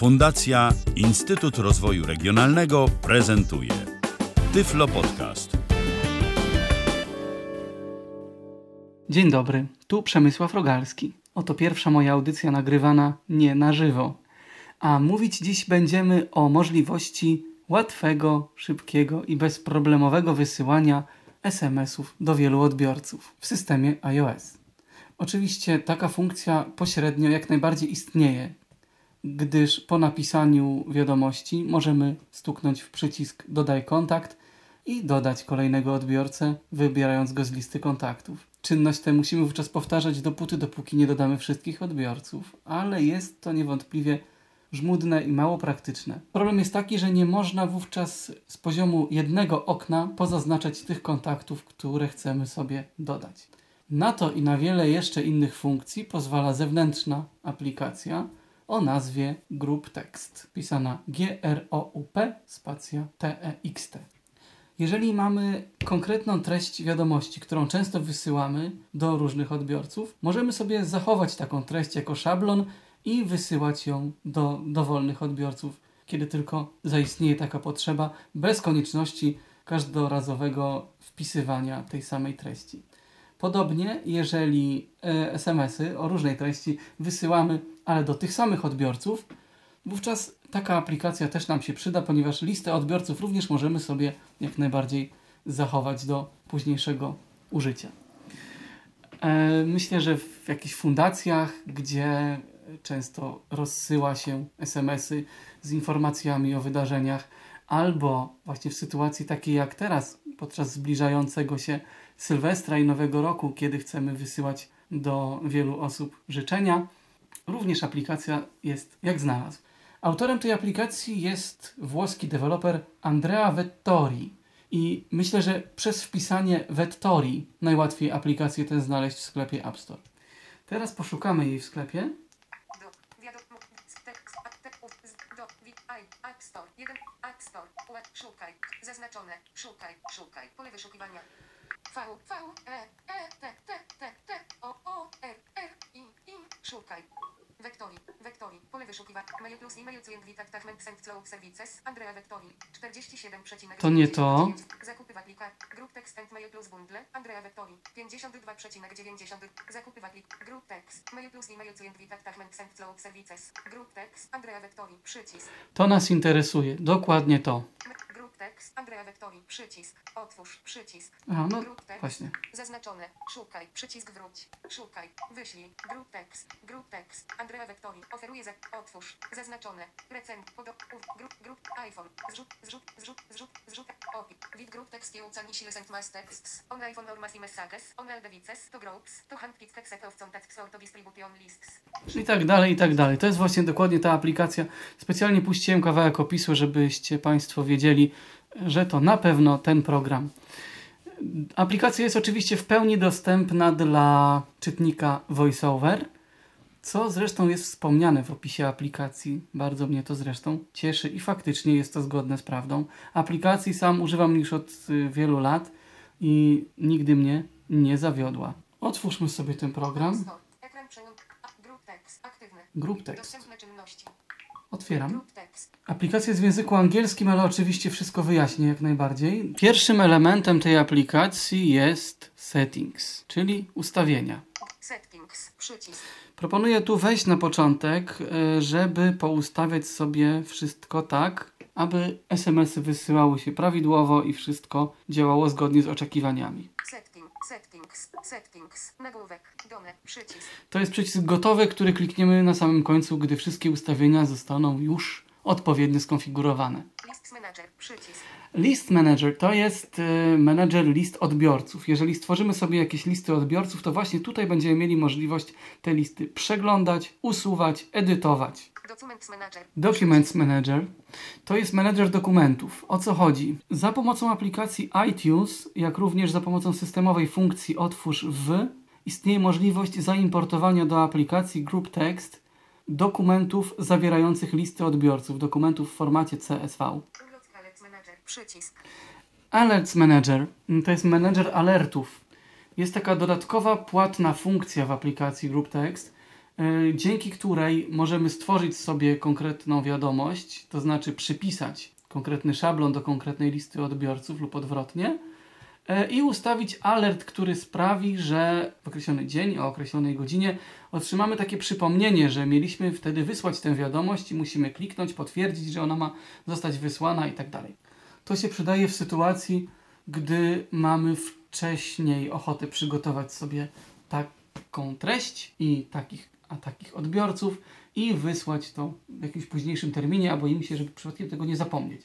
Fundacja Instytut Rozwoju Regionalnego prezentuje Tyflo Podcast. Dzień dobry, tu Przemysław Rogalski. Oto pierwsza moja audycja nagrywana nie na żywo. A mówić dziś będziemy o możliwości łatwego, szybkiego i bezproblemowego wysyłania SMS-ów do wielu odbiorców w systemie iOS. Oczywiście taka funkcja pośrednio jak najbardziej istnieje, gdyż po napisaniu wiadomości możemy stuknąć w przycisk Dodaj kontakt i dodać kolejnego odbiorcę, wybierając go z listy kontaktów. Czynność tę musimy wówczas powtarzać dopóki nie dodamy wszystkich odbiorców, ale jest to niewątpliwie żmudne i mało praktyczne. Problem jest taki, że nie można wówczas z poziomu jednego okna pozaznaczać tych kontaktów, które chcemy sobie dodać. Na to i na wiele jeszcze innych funkcji pozwala zewnętrzna aplikacja o nazwie Group Text, pisana G-R-O-U-P spacja T-E-X-T. Jeżeli mamy konkretną treść wiadomości, którą często wysyłamy do różnych odbiorców, możemy sobie zachować taką treść jako szablon i wysyłać ją do dowolnych odbiorców, kiedy tylko zaistnieje taka potrzeba, bez konieczności każdorazowego wpisywania tej samej treści. Podobnie, jeżeli SMS-y o różnej treści wysyłamy, ale do tych samych odbiorców, wówczas taka aplikacja też nam się przyda, ponieważ listę odbiorców również możemy sobie jak najbardziej zachować do późniejszego użycia. Myślę, że w jakichś fundacjach, gdzie często rozsyła się SMS-y z informacjami o wydarzeniach, albo właśnie w sytuacji takiej jak teraz, podczas zbliżającego się Sylwestra i Nowego Roku, kiedy chcemy wysyłać do wielu osób życzenia, również aplikacja jest jak znalazł. Autorem tej aplikacji jest włoski deweloper Andrea Vettori i myślę, że przez wpisanie Vettori najłatwiej aplikację tę znaleźć w sklepie App Store. Teraz poszukamy jej w sklepie. App Store, szukaj, zaznaczone, szukaj, pole wyszukiwania. Szukaj. Vectori, pole wyszukiwania. Mail plus email to Attachment Send Flow Services. Andrea Vettori, 47,9. To nie to. Zakupy w aplikacji. Group Text and Mail plus Bundle. Andrea Vettori, 52,90. Zakupy w aplikacji. Group Text, Mail plus email to Attachment Send Flow Services. Group Text, Andrea Vettori, przycisk. To nas interesuje, dokładnie to. Group Text, Andrea Vettori, przycisk. Otwórz, przycisk. Aha, no Group Text, właśnie. zaznaczone, szukaj, przycisk wróć, szukaj, wyślij, Group Text, Andrea Vettori, oferuje otwórz, zaznaczone, group, iPhone, zrzut, opis, Group Text you can issue send mass texts, on iPhone or mass messages, on devices, to groups, to handpick text of contacts or to distribution lists. I tak dalej, i tak dalej. To jest właśnie dokładnie ta aplikacja. Specjalnie puściłem kawałek opisu, żebyście Państwo wiedzieli, że to na pewno ten program. Aplikacja jest oczywiście w pełni dostępna dla czytnika VoiceOver, co zresztą jest wspomniane w opisie aplikacji. Bardzo mnie to zresztą cieszy i faktycznie jest to zgodne z prawdą. Aplikacji sam używam już od wielu lat i nigdy mnie nie zawiodła. Otwórzmy sobie ten program. Ekran Group Text, aktywny. Group Text. Dostępne czynności. Otwieram. Aplikacja jest w języku angielskim, ale oczywiście wszystko wyjaśnię jak najbardziej. Pierwszym elementem tej aplikacji jest Settings, czyli ustawienia. Settings, przycisk. Proponuję tu wejść na początek, żeby poustawiać sobie wszystko tak, aby SMS-y wysyłały się prawidłowo i wszystko działało zgodnie z oczekiwaniami. Settings, nagłówek, done, przycisk. To jest przycisk gotowy, który klikniemy na samym końcu, gdy wszystkie ustawienia zostaną już odpowiednio skonfigurowane. List Manager, przycisk. List Manager to jest menedżer list odbiorców. Jeżeli stworzymy sobie jakieś listy odbiorców, to właśnie tutaj będziemy mieli możliwość te listy przeglądać, usuwać, edytować. Documents Manager to jest menedżer dokumentów. O co chodzi? Za pomocą aplikacji iTunes, jak również za pomocą systemowej funkcji Otwórz w, istnieje możliwość zaimportowania do aplikacji Group Text dokumentów zawierających listy odbiorców, dokumentów w formacie CSV. Alerts Manager to jest menedżer alertów. Jest taka dodatkowa płatna funkcja w aplikacji Group Text, dzięki której możemy stworzyć sobie konkretną wiadomość, to znaczy przypisać konkretny szablon do konkretnej listy odbiorców lub odwrotnie i ustawić alert, który sprawi, że w określony dzień o określonej godzinie otrzymamy takie przypomnienie, że mieliśmy wtedy wysłać tę wiadomość i musimy kliknąć, potwierdzić, że ona ma zostać wysłana i tak dalej. To się przydaje w sytuacji, gdy mamy wcześniej ochotę przygotować sobie taką treść i takich odbiorców i wysłać to w jakimś późniejszym terminie, a boimy się, żeby przypadkiem tego nie zapomnieć.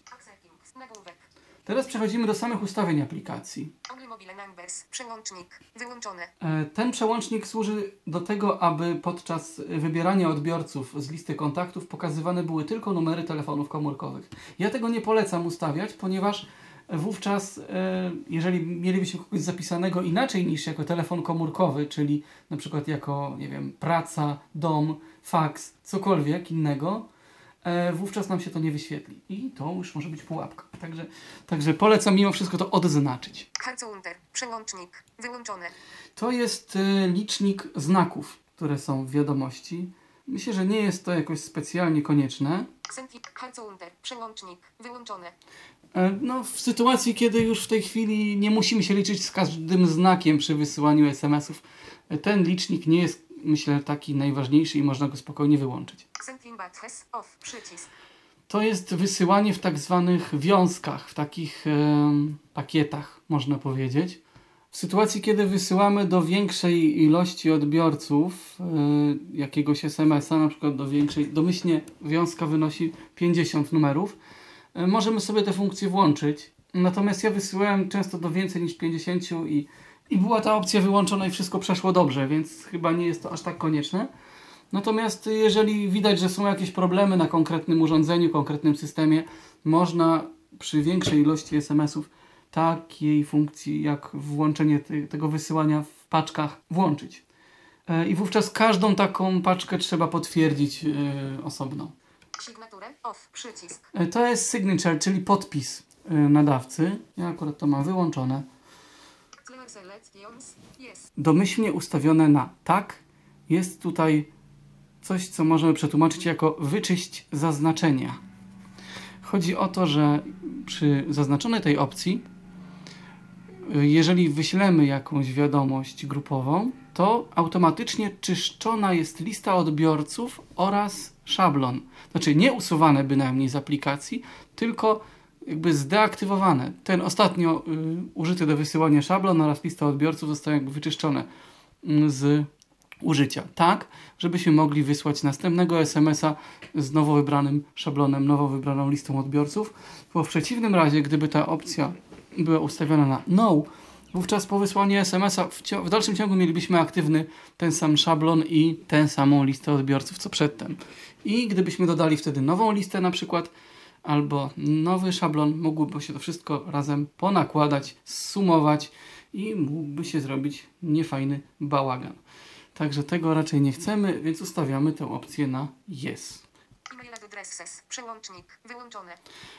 Teraz przechodzimy do samych ustawień aplikacji. Przełącznik wyłączone. Ten przełącznik służy do tego, aby podczas wybierania odbiorców z listy kontaktów pokazywane były tylko numery telefonów komórkowych. Ja tego nie polecam ustawiać, ponieważ wówczas, jeżeli mielibyśmy kogoś zapisanego inaczej niż jako telefon komórkowy, czyli na przykład jako, nie wiem, praca, dom, faks, cokolwiek innego, wówczas nam się to nie wyświetli. I to już może być pułapka. Także polecam mimo wszystko to odznaczyć. Counter, przełącznik, wyłączone. To jest licznik znaków, które są w wiadomości. Myślę, że nie jest to jakoś specjalnie konieczne. Counter, przełącznik, wyłączone. No, w sytuacji, kiedy już w tej chwili nie musimy się liczyć z każdym znakiem przy wysyłaniu SMS-ów, ten licznik nie jest, myślę, taki najważniejszy i można go spokojnie wyłączyć. Off, przycisk. To jest wysyłanie w tak zwanych wiązkach, w takich pakietach, można powiedzieć. W sytuacji, kiedy wysyłamy do większej ilości odbiorców jakiegoś SMS-a, na przykład do większej, domyślnie wiązka wynosi 50 numerów, możemy sobie tę funkcję włączyć. Natomiast ja wysyłałem często do więcej niż 50 i była ta opcja wyłączona i wszystko przeszło dobrze, więc chyba nie jest to aż tak konieczne. Natomiast jeżeli widać, że są jakieś problemy na konkretnym urządzeniu, konkretnym systemie, można przy większej ilości SMS-ów takiej funkcji jak włączenie tego wysyłania w paczkach włączyć. I wówczas każdą taką paczkę trzeba potwierdzić osobno. Signaturę, off, przycisk. To jest signature, czyli podpis nadawcy. Ja akurat to mam wyłączone. Domyślnie ustawione na tak. Jest tutaj coś, co możemy przetłumaczyć jako wyczyść zaznaczenia. Chodzi o to, że przy zaznaczonej tej opcji, jeżeli wyślemy jakąś wiadomość grupową, to automatycznie czyszczona jest lista odbiorców oraz szablon. Znaczy nie usuwane bynajmniej z aplikacji, tylko jakby zdeaktywowane. Ten ostatnio użyty do wysyłania szablon oraz lista odbiorców zostały jakby wyczyszczone z użycia. Tak, żebyśmy mogli wysłać następnego SMS-a z nowo wybranym szablonem, nowo wybraną listą odbiorców, bo w przeciwnym razie, gdyby ta opcja była ustawiona na no, wówczas po wysłaniu SMS-a w dalszym ciągu mielibyśmy aktywny ten sam szablon i tę samą listę odbiorców, co przedtem. I gdybyśmy dodali wtedy nową listę na przykład, albo nowy szablon, mogłoby się to wszystko razem ponakładać, zsumować i mógłby się zrobić niefajny bałagan. Także tego raczej nie chcemy, więc ustawiamy tę opcję na yes. E-mail addresses, przełącznik, wyłączone.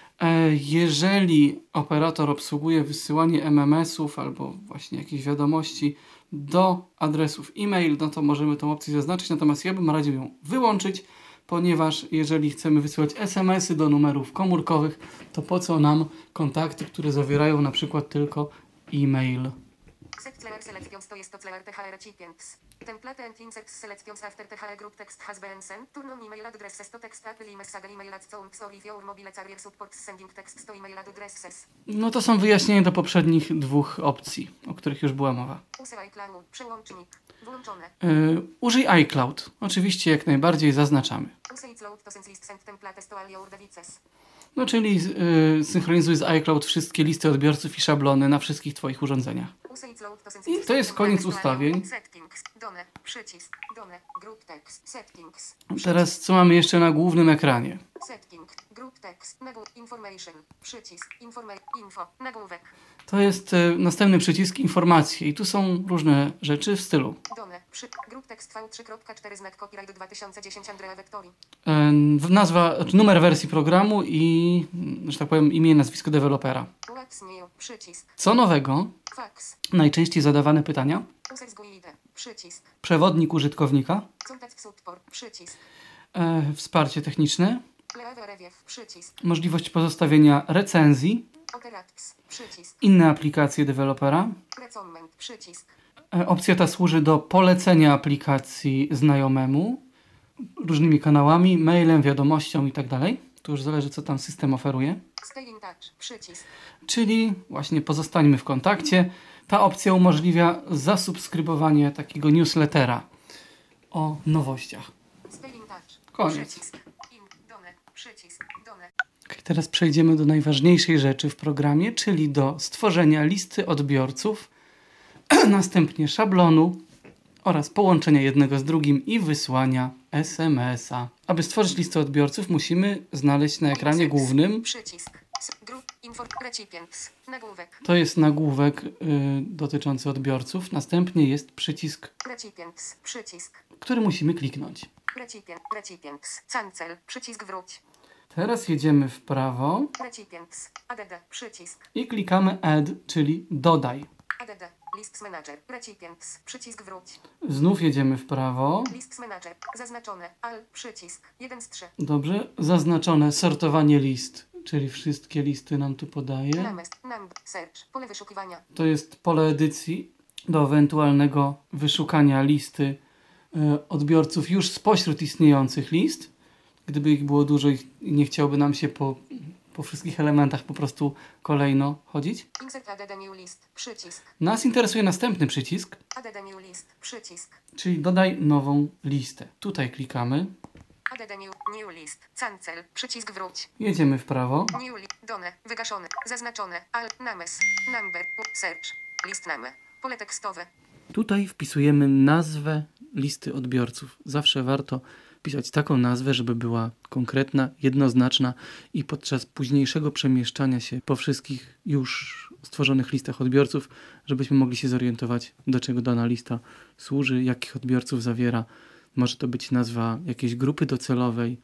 Jeżeli operator obsługuje wysyłanie MMS-ów albo właśnie jakieś wiadomości do adresów e-mail, no to możemy tę opcję zaznaczyć, natomiast ja bym radził ją wyłączyć, ponieważ jeżeli chcemy wysyłać SMS-y do numerów komórkowych, to po co nam kontakty, które zawierają na przykład tylko e-mail. Selections to jest to THR recipients. Template and insert selections after THR group text has been sent. Turn on email addresses to text apple message email at sounds or if your mobile carrier supports sending text to email addresses. No to są wyjaśnienia do poprzednich dwóch opcji, o których już była mowa. Użyj iCloud, przełącznik, włączone. Użyj iCloud. Oczywiście jak najbardziej zaznaczamy. Użyj iCloud to list send templates to all your devices. No czyli synchronizuj z iCloud wszystkie listy odbiorców i szablony na wszystkich Twoich urządzeniach. I to jest koniec ustawień. Teraz co mamy jeszcze na głównym ekranie? text. Information. Przycisk. Info. Nagłówek. To jest następny przycisk informacje i tu są różne rzeczy w stylu. Done. Group text V3.4 znak copyright 2010 Andrea Vectori. Nazwa, numer wersji programu i, że tak powiem, imię i nazwisko dewelopera. What's new? Przycisk. Co nowego? Fax. Najczęściej zadawane pytania. Users guide. Przycisk. Przewodnik użytkownika. Contact support. Przycisk. Wsparcie techniczne. Leave review. Przycisk. Możliwość pozostawienia recenzji. Operapps. Przycisk. Inne aplikacje dewelopera. Recommend. Przycisk. Opcja ta służy do polecenia aplikacji znajomemu różnymi kanałami, mailem, wiadomością i tak dalej. To już zależy, co tam system oferuje. Stay in touch. Przycisk. Czyli właśnie pozostańmy w kontakcie. Ta opcja umożliwia zasubskrybowanie takiego newslettera o nowościach. Stay in touch. Koniec. Przycisk. Done. Przycisk. Done. Teraz przejdziemy do najważniejszej rzeczy w programie, czyli do stworzenia listy odbiorców, następnie szablonu oraz połączenia jednego z drugim i wysłania SMS-a. Aby stworzyć listę odbiorców, musimy znaleźć na ekranie głównym. Przycisk. Group. Recipients. Nagłówek. To jest nagłówek dotyczący odbiorców. Następnie jest przycisk, Recipients. Przycisk. który musimy kliknąć. Recipients. Cancel. Przycisk wróć. Teraz jedziemy w prawo Recipients. Add. Przycisk. i klikamy Add, czyli dodaj. Add. Lists Manager. Recipients. Przycisk wróć. Znów jedziemy w prawo. Lists Manager. Zaznaczone. Al. Przycisk. 1 z 3. Dobrze. Zaznaczone sortowanie list, czyli wszystkie listy nam tu podaje. Namest. Number. Search. Pole wyszukiwania. To jest pole edycji do ewentualnego wyszukania listy odbiorców już spośród istniejących list. Gdyby ich było dużo i nie chciałby nam się po wszystkich elementach po prostu kolejno chodzić. Insert add new list. Przycisk. Nas interesuje następny przycisk, Add new list. Przycisk. czyli dodaj nową listę. Tutaj klikamy. Add new list. Cancel. Przycisk wróć. Jedziemy w prawo. New list. Done. Wygaszone. Zaznaczone. Al. Names. Number. Search. List name. Pole tekstowe. Tutaj wpisujemy nazwę listy odbiorców. Zawsze warto pisać taką nazwę, żeby była konkretna, jednoznaczna i podczas późniejszego przemieszczania się po wszystkich już stworzonych listach odbiorców, żebyśmy mogli się zorientować, do czego dana lista służy, jakich odbiorców zawiera. Może to być nazwa jakiejś grupy docelowej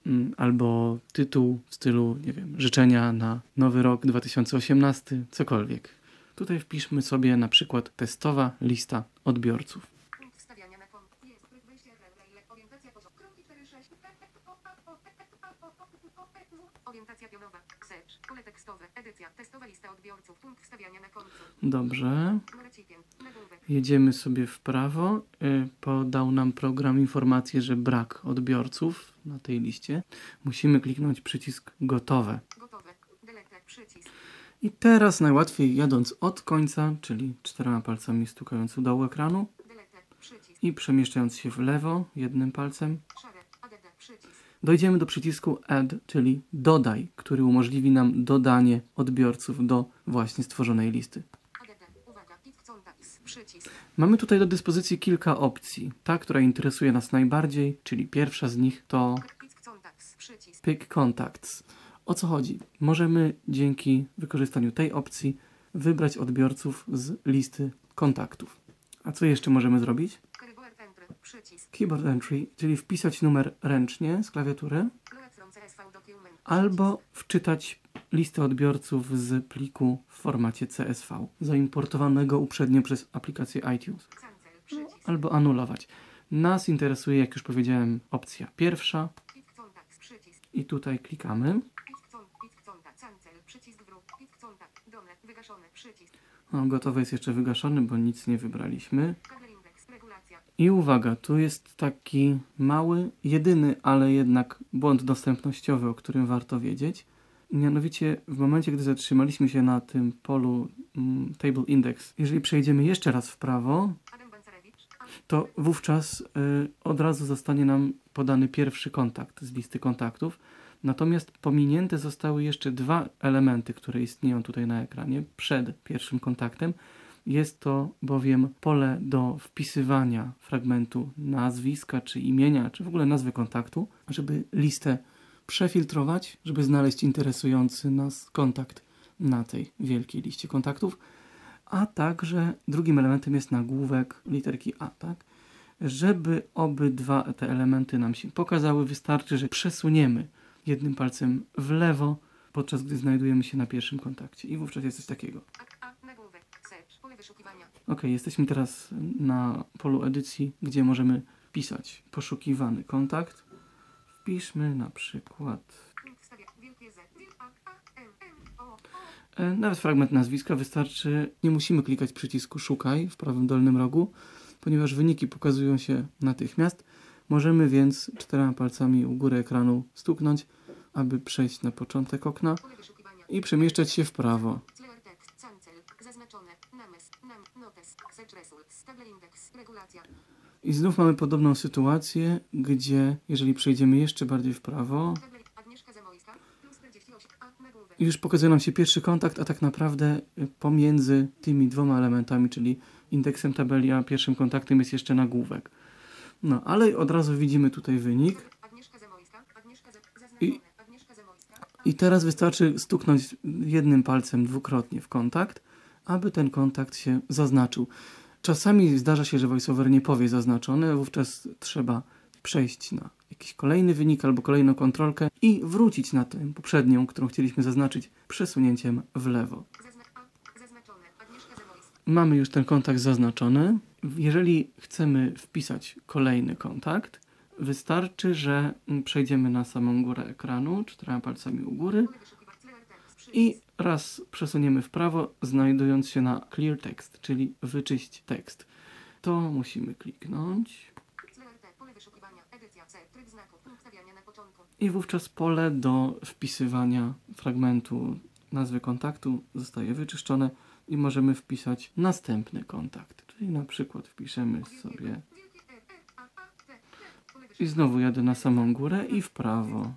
albo tytuł w stylu, nie wiem, życzenia na nowy rok 2018, cokolwiek. Tutaj wpiszmy sobie na przykład testowa lista odbiorców. Punkt wstawiania na konto. Jest. Wejście orientacja poziom. Kroki 4-6. Orientacja pionowa. Search. Pole tekstowe. Edycja. Testowa lista odbiorców. Punkt wstawiania na konto. Dobrze. Recipient. Nagłówek. Jedziemy sobie w prawo. Podał nam program informację, że brak odbiorców na tej liście. Musimy kliknąć przycisk gotowe. Gotowe. Delete. Przycisk. I teraz najłatwiej jadąc od końca, czyli 4 palcami stukając u dołu ekranu Delete. Przycisk. i przemieszczając się w lewo jednym palcem, Szare. Add. Przycisk. dojdziemy do przycisku Add, czyli dodaj, który umożliwi nam dodanie odbiorców do właśnie stworzonej listy. Add. Uwaga. Pick contacts. Przycisk. Mamy tutaj do dyspozycji kilka opcji. Ta, która interesuje nas najbardziej, czyli pierwsza z nich to Pick contacts. Przycisk. Pick Contacts. O co chodzi? Możemy dzięki wykorzystaniu tej opcji wybrać odbiorców z listy kontaktów. A co jeszcze możemy zrobić? Keyboard entry. Przycisk. Keyboard entry, czyli wpisać numer ręcznie z klawiatury Load from CSV document. albo wczytać listę odbiorców z pliku w formacie CSV, zaimportowanego uprzednio przez aplikację iTunes, Cancel. Przycisk. albo anulować. Nas interesuje, jak już powiedziałem, opcja pierwsza Pick contacts. Przycisk. i tutaj klikamy. Pick contact. Cancel. Przycisk wróć. Pick contact. Done. Wygaszony. Przycisk. Gotowy jest jeszcze wygaszony, bo nic nie wybraliśmy. Kable index. Regulacja. I uwaga, tu jest taki mały, jedyny, ale jednak błąd dostępnościowy, o którym warto wiedzieć. Mianowicie w momencie, gdy zatrzymaliśmy się na tym polu Table Index, jeżeli przejdziemy jeszcze raz w prawo, Adam Bancarewicz. to wówczas od razu zostanie nam podany pierwszy kontakt z listy kontaktów. Natomiast pominięte zostały jeszcze 2 elementy, które istnieją tutaj na ekranie przed pierwszym kontaktem. Jest to bowiem pole do wpisywania fragmentu nazwiska, czy imienia, czy w ogóle nazwy kontaktu, żeby listę przefiltrować, żeby znaleźć interesujący nas kontakt na tej wielkiej liście kontaktów. A także drugim elementem jest nagłówek literki A, tak? Żeby obydwa te elementy nam się pokazały, wystarczy, że przesuniemy jednym palcem w lewo, podczas gdy znajdujemy się na pierwszym kontakcie. I wówczas jest coś takiego. Ok, jesteśmy teraz na polu edycji, gdzie możemy wpisać poszukiwany kontakt. Wpiszmy na przykład nawet fragment nazwiska wystarczy. Nie musimy klikać przycisku szukaj w prawym dolnym rogu, ponieważ wyniki pokazują się natychmiast. Możemy więc 4 palcami u góry ekranu stuknąć, aby przejść na początek okna i przemieszczać się w prawo. I znów mamy podobną sytuację, gdzie jeżeli przejdziemy jeszcze bardziej w prawo, już pokazuje nam się pierwszy kontakt, a tak naprawdę pomiędzy tymi dwoma elementami, czyli indeksem tabeli a pierwszym kontaktem jest jeszcze nagłówek. No, ale od razu widzimy tutaj wynik. I teraz wystarczy stuknąć jednym palcem dwukrotnie w kontakt, aby ten kontakt się zaznaczył. Czasami zdarza się, że VoiceOver nie powie zaznaczone, wówczas trzeba przejść na jakiś kolejny wynik albo kolejną kontrolkę i wrócić na tę poprzednią, którą chcieliśmy zaznaczyć przesunięciem w lewo. Mamy już ten kontakt zaznaczony. Jeżeli chcemy wpisać kolejny kontakt, wystarczy, że przejdziemy na samą górę ekranu 4 palcami u góry i raz przesuniemy w prawo, znajdując się na Clear Text, czyli wyczyść tekst. To musimy kliknąć. I wówczas pole do wpisywania fragmentu nazwy kontaktu zostaje wyczyszczone i możemy wpisać następny kontakt. Czyli na przykład wpiszemy sobie i znowu jadę na samą górę i w prawo.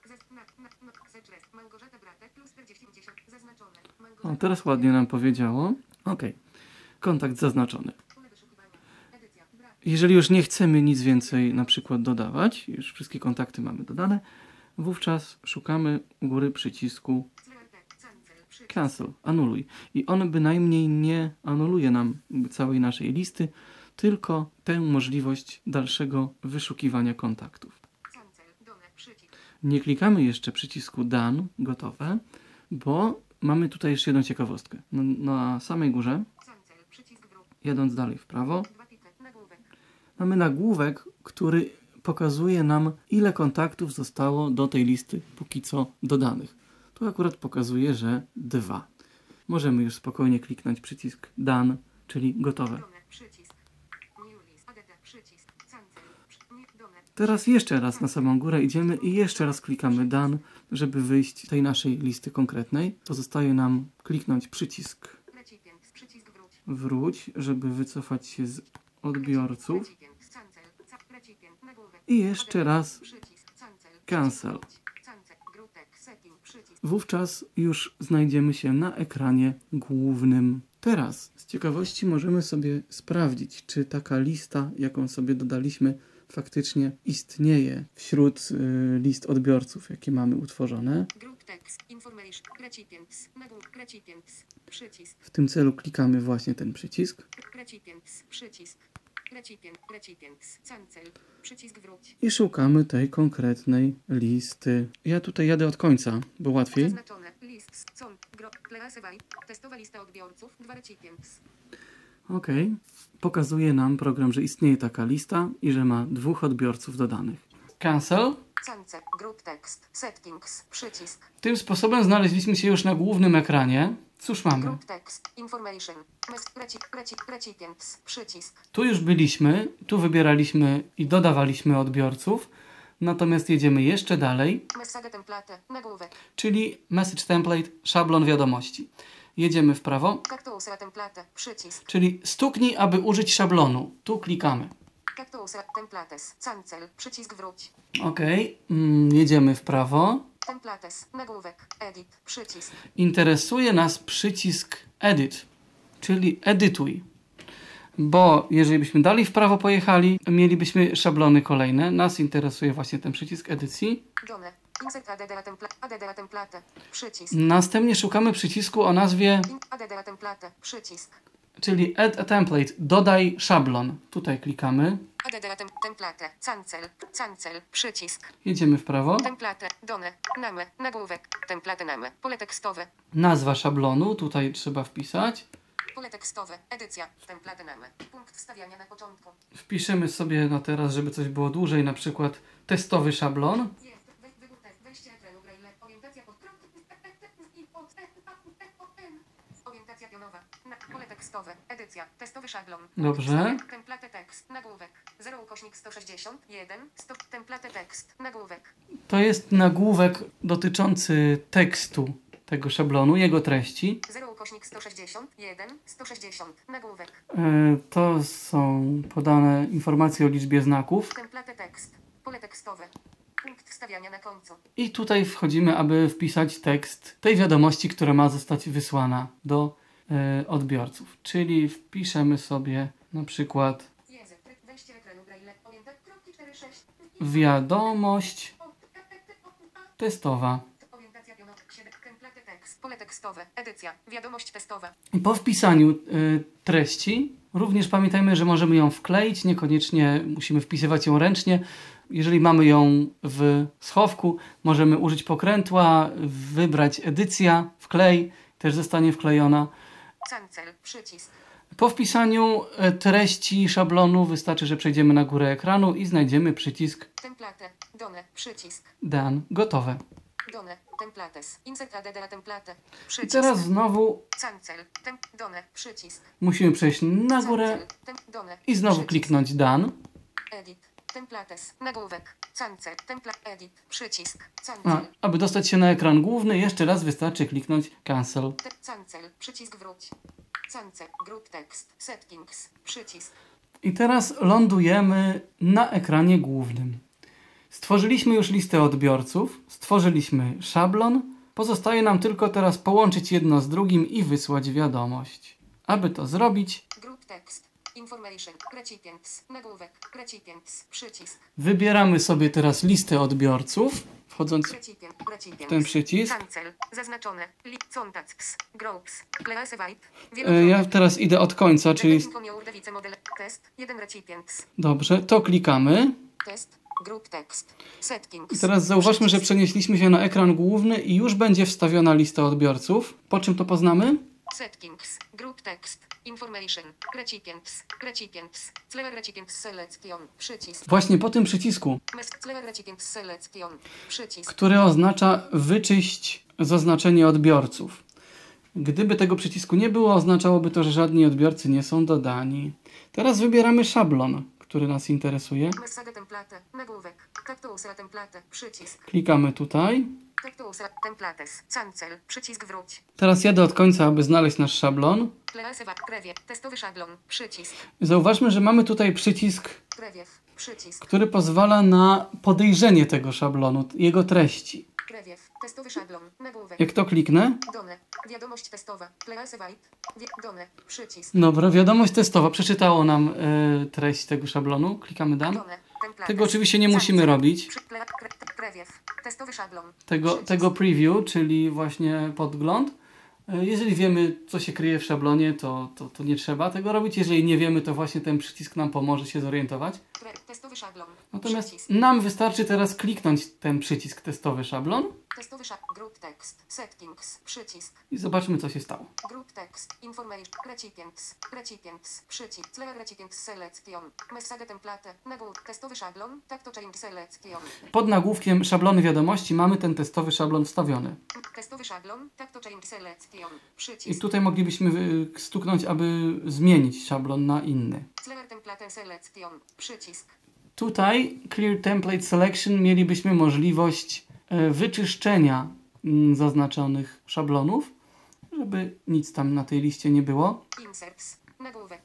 O, teraz ładnie nam powiedziało. Ok, kontakt zaznaczony. Jeżeli już nie chcemy nic więcej na przykład dodawać, już wszystkie kontakty mamy dodane, wówczas szukamy u góry przycisku Cancel, anuluj. I on bynajmniej nie anuluje nam całej naszej listy, tylko tę możliwość dalszego wyszukiwania kontaktów. Nie klikamy jeszcze przycisku Done, gotowe, bo mamy tutaj jeszcze jedną ciekawostkę. Na samej górze, jadąc dalej w prawo, mamy nagłówek, który pokazuje nam, ile kontaktów zostało do tej listy póki co dodanych. Tu akurat pokazuje, że 2. Możemy już spokojnie kliknąć przycisk Done, czyli gotowe. Teraz jeszcze raz na samą górę idziemy i jeszcze raz klikamy Done, żeby wyjść z tej naszej listy konkretnej. Pozostaje nam kliknąć przycisk Wróć, żeby wycofać się z odbiorców. I jeszcze raz Cancel. Wówczas już znajdziemy się na ekranie głównym. Teraz z ciekawości możemy sobie sprawdzić, czy taka lista, jaką sobie dodaliśmy, faktycznie istnieje wśród list odbiorców, jakie mamy utworzone. W tym celu klikamy właśnie ten przycisk. I szukamy tej konkretnej listy. Ja tutaj jadę od końca, bo łatwiej. Ok. Pokazuje nam program, że istnieje taka lista i że ma 2 odbiorców dodanych. Cancel. Tym sposobem znaleźliśmy się już na głównym ekranie. Cóż mamy? Tu już byliśmy, tu wybieraliśmy i dodawaliśmy odbiorców, natomiast jedziemy jeszcze dalej, czyli Message Template, szablon wiadomości. Jedziemy w prawo, czyli stuknij, aby użyć szablonu. Tu klikamy. Ok, jedziemy w prawo. Interesuje nas przycisk Edit, czyli edytuj. bo jeżeli byśmy dalej w prawo pojechali, mielibyśmy szablony kolejne. Nas interesuje właśnie ten przycisk edycji. Done. Insert add template. Przycisk. Następnie szukamy przycisku o nazwie, Add template. Przycisk. czyli Add a Template, dodaj szablon. Tutaj klikamy, Add template. Cancel. Przycisk. jedziemy w prawo. Template. Done. Name. Nagłówek. Template name. Pole tekstowe. Nazwa szablonu, tutaj trzeba wpisać. Pole tekstowe. Edycja. Template name. Punkt wstawiania na początku. Wpiszemy sobie na teraz, żeby coś było dłużej, na przykład testowy szablon. Wybór wejście ekranu braille. Orientacja pod prąd. Orientacja pionowa. Pole tekstowe. Edycja. Testowy szablon. Dobrze. Template tekst. Nagłówek. 0:161. 100. Template tekst. Nagłówek. To jest nagłówek dotyczący tekstu tego szablonu, jego treści. 0:161. 160. Nagłówek. To są podane informacje o liczbie znaków. Template tekst. Pole tekstowe. Punkt wstawiania na końcu. I tutaj wchodzimy, aby wpisać tekst tej wiadomości, która ma zostać wysłana do odbiorców. Czyli wpiszemy sobie na przykład Wejście ekranu braille. Orientacja 46. wiadomość testowa. Orientacja pionowa. 7. Template tekst. Pole tekstowe. Edycja. Wiadomość testowa. I po wpisaniu treści również pamiętajmy, że możemy ją wkleić, niekoniecznie musimy wpisywać ją ręcznie. Jeżeli mamy ją w schowku, możemy użyć pokrętła, wybrać edycja, wklej, też zostanie wklejona. Cancel. Przycisk. Po wpisaniu treści szablonu wystarczy, że przejdziemy na górę ekranu i znajdziemy przycisk Template. Done. Przycisk. Done. Gotowe. Done. Templates. Insert add template. I Przycisk. teraz znowu Cancel. Done. Przycisk. musimy przejść na górę Done. i znowu Przycisk. kliknąć Done. Edit. Templates. Nagłówek. Cancel. Edit. Przycisk. A, Cancel. aby dostać się na ekran główny, jeszcze raz wystarczy kliknąć Cancel. Cancel. Przycisk wróć. Cancel. Group text. Settings. Przycisk. I teraz lądujemy na ekranie głównym. Stworzyliśmy już listę odbiorców, stworzyliśmy szablon. Pozostaje nam tylko teraz połączyć jedno z drugim i wysłać wiadomość. Aby to zrobić, Group text. Information. Recipients. Nagłówek. Recipients. Przycisk. wybieramy sobie teraz listę odbiorców, wchodząc Recipients. w ten przycisk. Cancel. Zaznaczone. Contacts. Groups. Class white. Ja teraz idę od końca, czyli Test. 1 recipients. dobrze, to klikamy. Test. Group text. Settings. I teraz zauważmy, że przenieśliśmy się na ekran główny i już będzie wstawiona lista odbiorców. Po czym to poznamy? Settings. Group text. Information. Recipients. Recipients. Clear recipients selection. Przycisk. Właśnie po tym przycisku, Clear recipients selection. Przycisk. który oznacza wyczyść zaznaczenie odbiorców. Gdyby tego przycisku nie było, oznaczałoby to, że żadni odbiorcy nie są dodani. Teraz wybieramy szablon, który nas interesuje. Message template. Nagłówek. Cactus template. Przycisk. Klikamy tutaj. Cactus templates. Cancel. Przycisk wróć. Teraz jadę od końca, aby znaleźć nasz szablon. Preview. Testowy szablon. Przycisk. Zauważmy, że mamy tutaj przycisk, Preview. Przycisk. który pozwala na podejrzenie tego szablonu, jego treści. Preview. Testowy szablon. Nagłówek. Jak to kliknę? Done. Wiadomość testowa. Class white. Done. Przycisk. Dobra, wiadomość testowa. Przeczytało nam treść tego szablonu. Klikamy Done. Done. Templates. Tego oczywiście nie musimy robić. Preview. Testowy szablon. Tego preview, czyli właśnie podgląd. Jeżeli wiemy, co się kryje w szablonie, to nie trzeba tego robić. Jeżeli nie wiemy, to właśnie ten przycisk nam pomoże się zorientować. Testowy szablon. Natomiast Przycisk. nam wystarczy teraz kliknąć ten przycisk testowy szablon Testowy szablon. Group text. Settings. Przycisk. i zobaczmy, co się stało. Group text. Information. Recipients. Recipients. Przycisk. Clear recipients selection. Message template. Nagłówek. Testowy szablon. Tak to change selection. Pod nagłówkiem szablony wiadomości mamy ten testowy szablon wstawiony. Testowy szablon. Tak to change selection. I Przycisk. tutaj moglibyśmy stuknąć, aby zmienić szablon na inny. Clear template selection. Przycisk. Tutaj Clear Template Selection mielibyśmy możliwość wyczyszczenia zaznaczonych szablonów, żeby nic tam na tej liście nie było. Inserts. Nagłówek.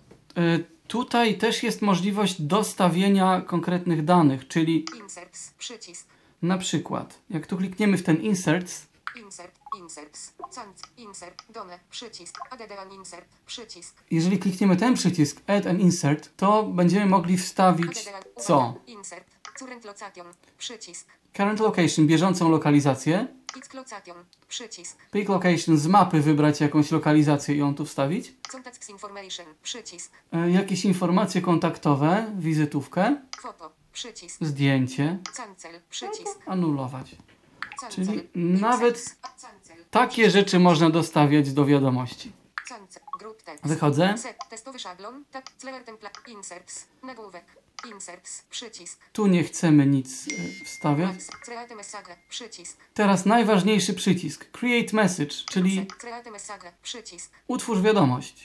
Tutaj też jest możliwość dostawienia konkretnych danych, czyli Inserts. Przycisk. na przykład, jak tu klikniemy w ten Inserts, insert, inserts, canc, insert, done, przycisk, add an insert, przycisk. Jeżeli klikniemy ten przycisk Add an Insert, to będziemy mogli wstawić co? Insert, current location, przycisk. Current Location, bieżącą lokalizację. X location, przycisk. Pick Location, z mapy wybrać jakąś lokalizację i ją tu wstawić. Contacts information, przycisk. Jakieś informacje kontaktowe, wizytówkę, Foto, przycisk. zdjęcie, Cancel, przycisk. anulować. Cancel, Czyli inserts, nawet cancel, takie rzeczy można dostawiać do wiadomości. cancel, group text. Wychodzę. Testowy szablon, clever template, inserts, nagłówek, inserts, przycisk. Tu nie chcemy nic wstawiać. Max, create message, przycisk. Teraz najważniejszy przycisk. Create Message, czyli Create message, przycisk. utwórz wiadomość.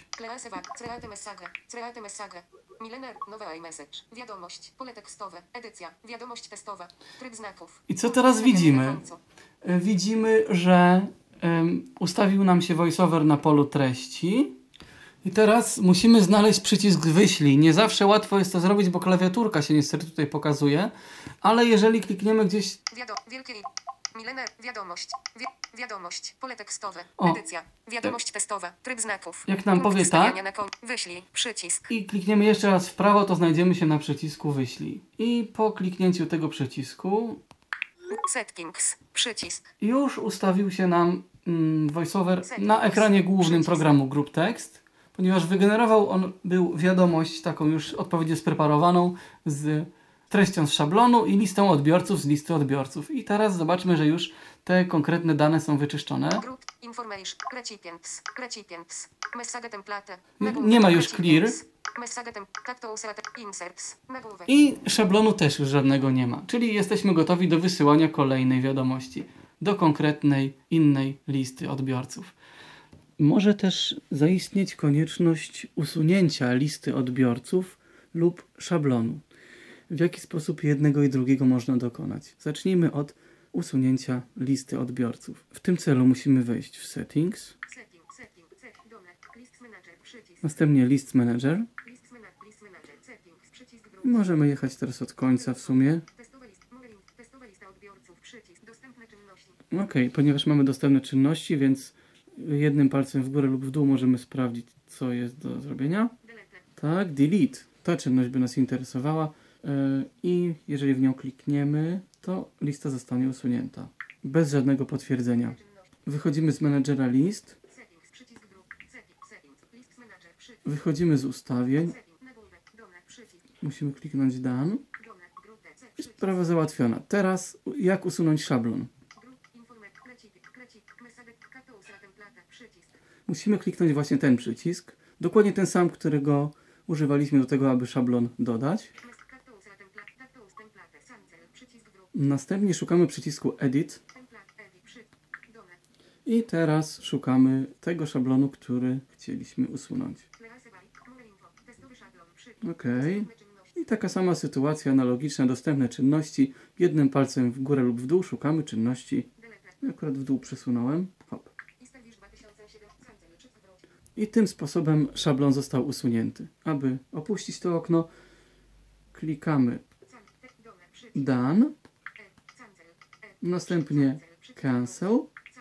Create message. Millennial, nowe iMessage. Wiadomość, pole tekstowe, edycja, wiadomość testowa, tryb znaków. I co teraz widzimy? Widzimy, że ustawił nam się VoiceOver na polu treści. I teraz musimy znaleźć przycisk wyślij. Nie zawsze łatwo jest to zrobić, bo klawiaturka się niestety tutaj pokazuje. Ale jeżeli klikniemy gdzieś... Millennial, wiadomość. Wiadomość, pole tekstowe, O, edycja, wiadomość testowa, tryb znaków. Jak nam Punkt powie wstawiania tak. na wyślij, przycisk. I klikniemy jeszcze raz w prawo, to znajdziemy się na przycisku wyślij. I po kliknięciu tego przycisku Settings, przycisk. już ustawił się nam VoiceOver na ekranie głównym programu Group Text, ponieważ wygenerował on wiadomość taką już odpowiednio spreparowaną z treścią z szablonu i listą odbiorców z listy odbiorców. I teraz zobaczmy, że już te konkretne dane są wyczyszczone. Group, information, recipients, message template. Nie ma już clear. Message template, inserts, nagłówek. I szablonu też już żadnego nie ma. Czyli jesteśmy gotowi do wysyłania kolejnej wiadomości do konkretnej, innej listy odbiorców. Może też zaistnieć konieczność usunięcia listy odbiorców lub szablonu. W jaki sposób jednego i drugiego można dokonać? Zacznijmy od usunięcia listy odbiorców. W tym celu musimy wejść w Settings, następnie List Manager. I możemy jechać teraz od końca w sumie. Ok, ponieważ mamy dostępne czynności, więc jednym palcem w górę lub w dół możemy sprawdzić, co jest do zrobienia. Tak, Delete. Ta czynność by nas interesowała. I jeżeli w nią klikniemy, to lista zostanie usunięta. Bez żadnego potwierdzenia. Wychodzimy z menedżera list. Wychodzimy z ustawień. Musimy kliknąć Done. I sprawa załatwiona. Teraz jak usunąć szablon? Musimy kliknąć właśnie ten przycisk. Dokładnie ten sam, którego używaliśmy do tego, aby szablon dodać. Następnie szukamy przycisku Edit. I teraz szukamy tego szablonu, który chcieliśmy usunąć. Ok. I taka sama sytuacja, analogiczna, dostępne czynności. Jednym palcem w górę lub w dół szukamy czynności. Akurat w dół przesunąłem. Hop. I tym sposobem szablon został usunięty. Aby opuścić to okno, klikamy Done. Następnie Cancel.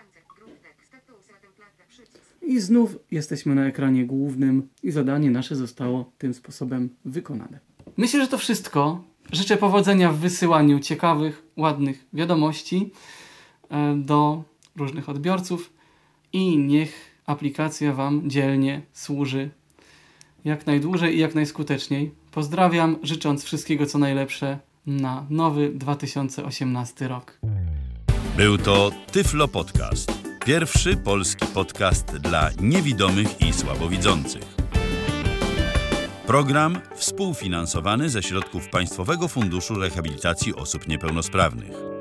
I znów jesteśmy na ekranie głównym i zadanie nasze zostało tym sposobem wykonane. Myślę, że to wszystko. Życzę powodzenia w wysyłaniu ciekawych, ładnych wiadomości do różnych odbiorców i niech aplikacja Wam dzielnie służy jak najdłużej i jak najskuteczniej. Pozdrawiam, życząc wszystkiego co najlepsze na nowy 2018 rok. Był to Tyflo Podcast. Pierwszy polski podcast dla niewidomych i słabowidzących. Program współfinansowany ze środków Państwowego Funduszu Rehabilitacji Osób Niepełnosprawnych.